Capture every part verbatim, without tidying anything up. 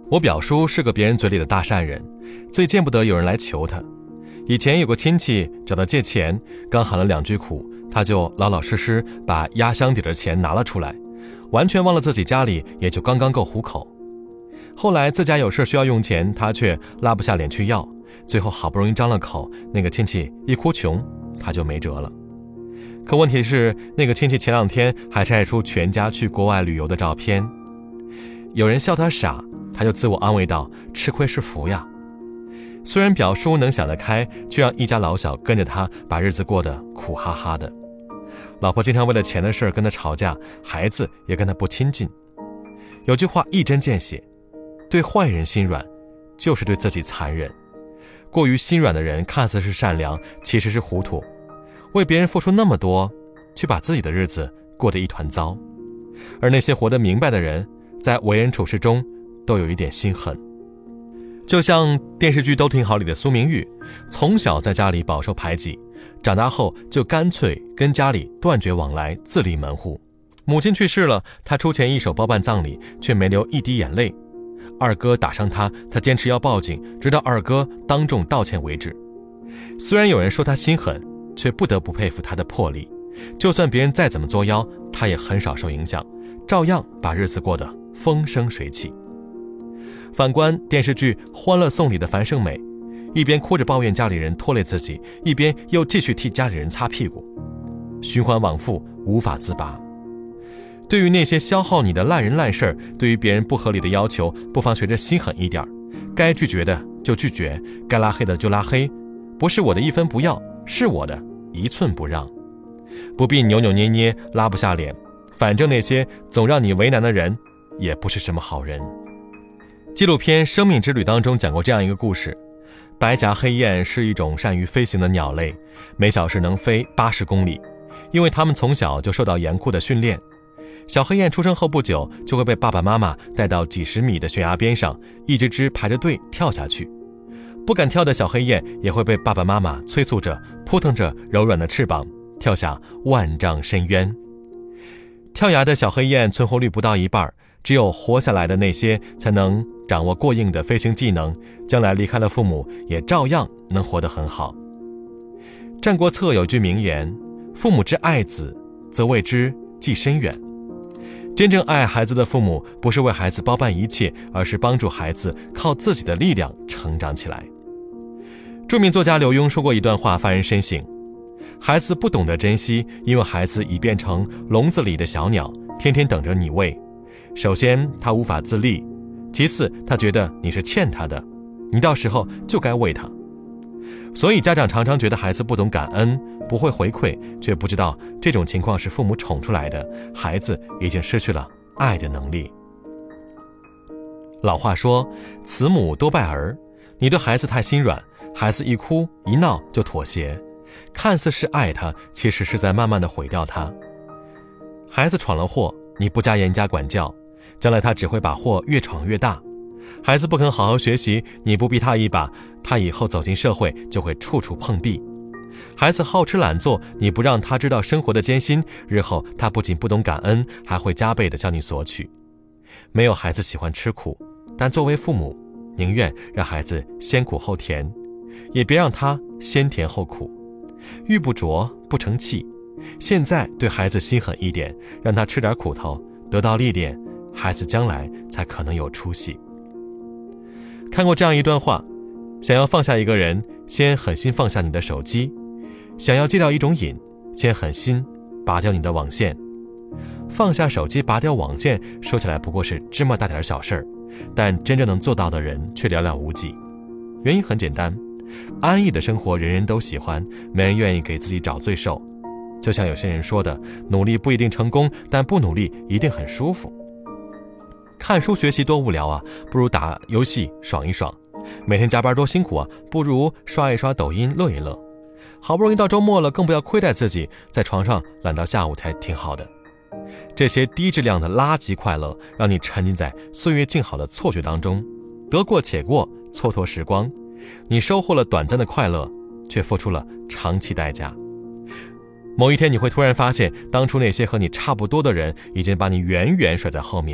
我表叔是个别人嘴里的大善人，最见不得有人来求他。以前有个亲戚找他借钱，刚喊了两句苦，他就老老实实把压箱底的钱拿了出来，完全忘了自己家里也就刚刚够糊口。后来自家有事需要用钱，他却拉不下脸去要，最后好不容易张了口，那个亲戚一哭穷，他就没辙了。可问题是，那个亲戚前两天还晒出全家去国外旅游的照片。有人笑他傻，他就自我安慰道，吃亏是福呀。虽然表叔能想得开，却让一家老小跟着他把日子过得苦哈哈的。老婆经常为了钱的事跟他吵架，孩子也跟他不亲近。有句话一针见血，对坏人心软，就是对自己残忍。过于心软的人看似是善良，其实是糊涂，为别人付出那么多，却把自己的日子过得一团糟。而那些活得明白的人，在为人处事中都有一点心狠。就像电视剧《都挺好》里的苏明玉，从小在家里饱受排挤，长大后就干脆跟家里断绝往来，自立门户。母亲去世了，他出钱一手包办葬礼，却没流一滴眼泪。二哥打伤他，他坚持要报警，直到二哥当众道歉为止。虽然有人说他心狠，却不得不佩服他的魄力。就算别人再怎么作妖，他也很少受影响，照样把日子过得风生水起。反观电视剧《欢乐颂》里的樊胜美，一边哭着抱怨家里人拖累自己，一边又继续替家里人擦屁股，循环往复，无法自拔。对于那些消耗你的烂人烂事，对于别人不合理的要求，不妨学着心狠一点，该拒绝的就拒绝，该拉黑的就拉黑，不是我的一分不要，是我的一寸不让。不必扭扭捏捏，拉不下脸，反正那些总让你为难的人也不是什么好人。纪录片《生命之旅》当中讲过这样一个故事，白颊黑雁是一种善于飞行的鸟类，每小时能飞八十公里，因为它们从小就受到严酷的训练。小黑雁出生后不久，就会被爸爸妈妈带到几十米的悬崖边上，一只只排着队跳下去。不敢跳的小黑雁也会被爸爸妈妈催促着，扑腾着柔软的翅膀，跳下万丈深渊。跳崖的小黑雁存活率不到一半，只有活下来的那些才能掌握过硬的飞行技能，将来离开了父母也照样能活得很好。战国策有句名言，父母之爱子，则为之计深远。真正爱孩子的父母，不是为孩子包办一切，而是帮助孩子靠自己的力量成长起来。著名作家刘墉说过一段话，发人深省：孩子不懂得珍惜，因为孩子已变成笼子里的小鸟，天天等着你喂。首先他无法自立，其次他觉得你是欠他的，你到时候就该喂他。所以家长常常觉得孩子不懂感恩，不会回馈，却不知道这种情况是父母宠出来的，孩子已经失去了爱的能力。老话说，慈母多败儿，你对孩子太心软，孩子一哭一闹就妥协，看似是爱他，其实是在慢慢的毁掉他。孩子闯了祸，你不加严加管教，将来他只会把祸越闯越大。孩子不肯好好学习，你不逼他一把，他以后走进社会就会处处碰壁。孩子好吃懒做，你不让他知道生活的艰辛，日后他不仅不懂感恩，还会加倍的向你索取。没有孩子喜欢吃苦，但作为父母，宁愿让孩子先苦后甜，也别让他先甜后苦。玉不琢不成器，现在对孩子心狠一点，让他吃点苦头，得到历练，孩子将来才可能有出息。看过这样一段话，想要放下一个人，先狠心放下你的手机；想要戒掉一种瘾，先狠心拔掉你的网线。放下手机，拔掉网线，说起来不过是芝麻大点小事儿，但真正能做到的人却寥寥无几。原因很简单，安逸的生活人人都喜欢，没人愿意给自己找罪受。就像有些人说的，努力不一定成功，但不努力一定很舒服。看书学习多无聊啊，不如打游戏爽一爽；每天加班多辛苦啊，不如刷一刷抖音乐一乐。好不容易到周末了，更不要亏待自己，在床上懒到下午才挺好的。这些低质量的垃圾快乐，让你沉浸在岁月静好的错觉当中，得过且过，蹉跎时光。你收获了短暂的快乐，却付出了长期代价。某一天你会突然发现，当初那些和你差不多的人已经把你远远甩在后面。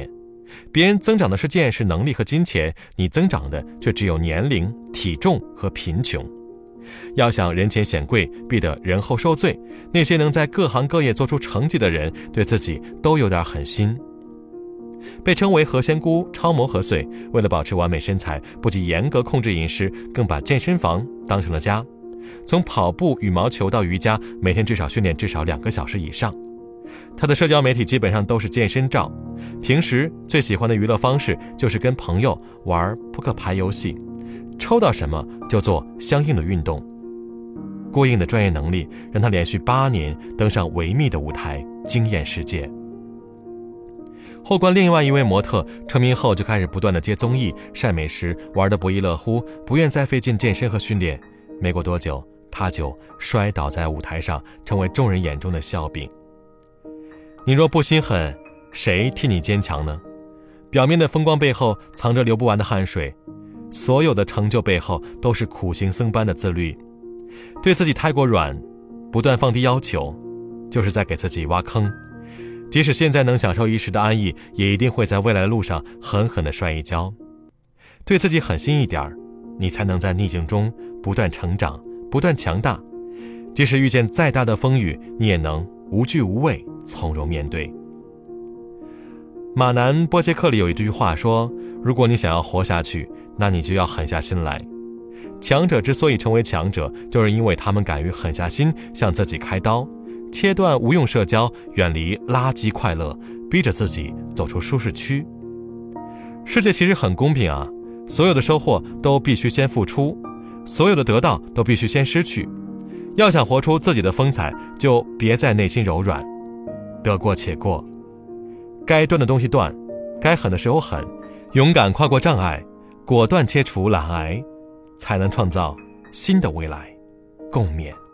别人增长的是见识、能力和金钱，你增长的却只有年龄、体重和贫穷。要想人前显贵，必得人后受罪。那些能在各行各业做出成绩的人，对自己都有点狠心。被称为何仙姑、超模何穗，为了保持完美身材，不仅严格控制饮食，更把健身房当成了家。从跑步、羽毛球到瑜伽，每天至少训练至少两个小时以上。他的社交媒体基本上都是健身照，平时最喜欢的娱乐方式就是跟朋友玩扑克牌游戏，抽到什么就做相应的运动。过硬的专业能力让他连续八年登上维密的舞台，惊艳世界。后观另外一位模特成名后就开始不断的接综艺、晒美食，玩得不亦乐乎，不愿再费劲健身和训练。没过多久，他就摔倒在舞台上，成为众人眼中的笑柄。你若不心狠，谁替你坚强呢？表面的风光背后藏着流不完的汗水，所有的成就背后都是苦行僧般的自律。对自己太过软，不断放低要求，就是在给自己挖坑。即使现在能享受一时的安逸，也一定会在未来的路上狠狠地摔一跤。对自己狠心一点，你才能在逆境中不断成长，不断强大。即使遇见再大的风雨，你也能无惧无畏，从容面对。马南波杰克里有一句话说，如果你想要活下去，那你就要狠下心来。强者之所以成为强者，就是因为他们敢于狠下心向自己开刀，切断无用社交，远离垃圾快乐，逼着自己走出舒适区。世界其实很公平啊，所有的收获都必须先付出，所有的得到都必须先失去。要想活出自己的风采，就别在内心柔软，得过且过。该断的东西断，该狠的时候狠，勇敢跨过障碍，果断切除懒癌，才能创造新的未来。共勉。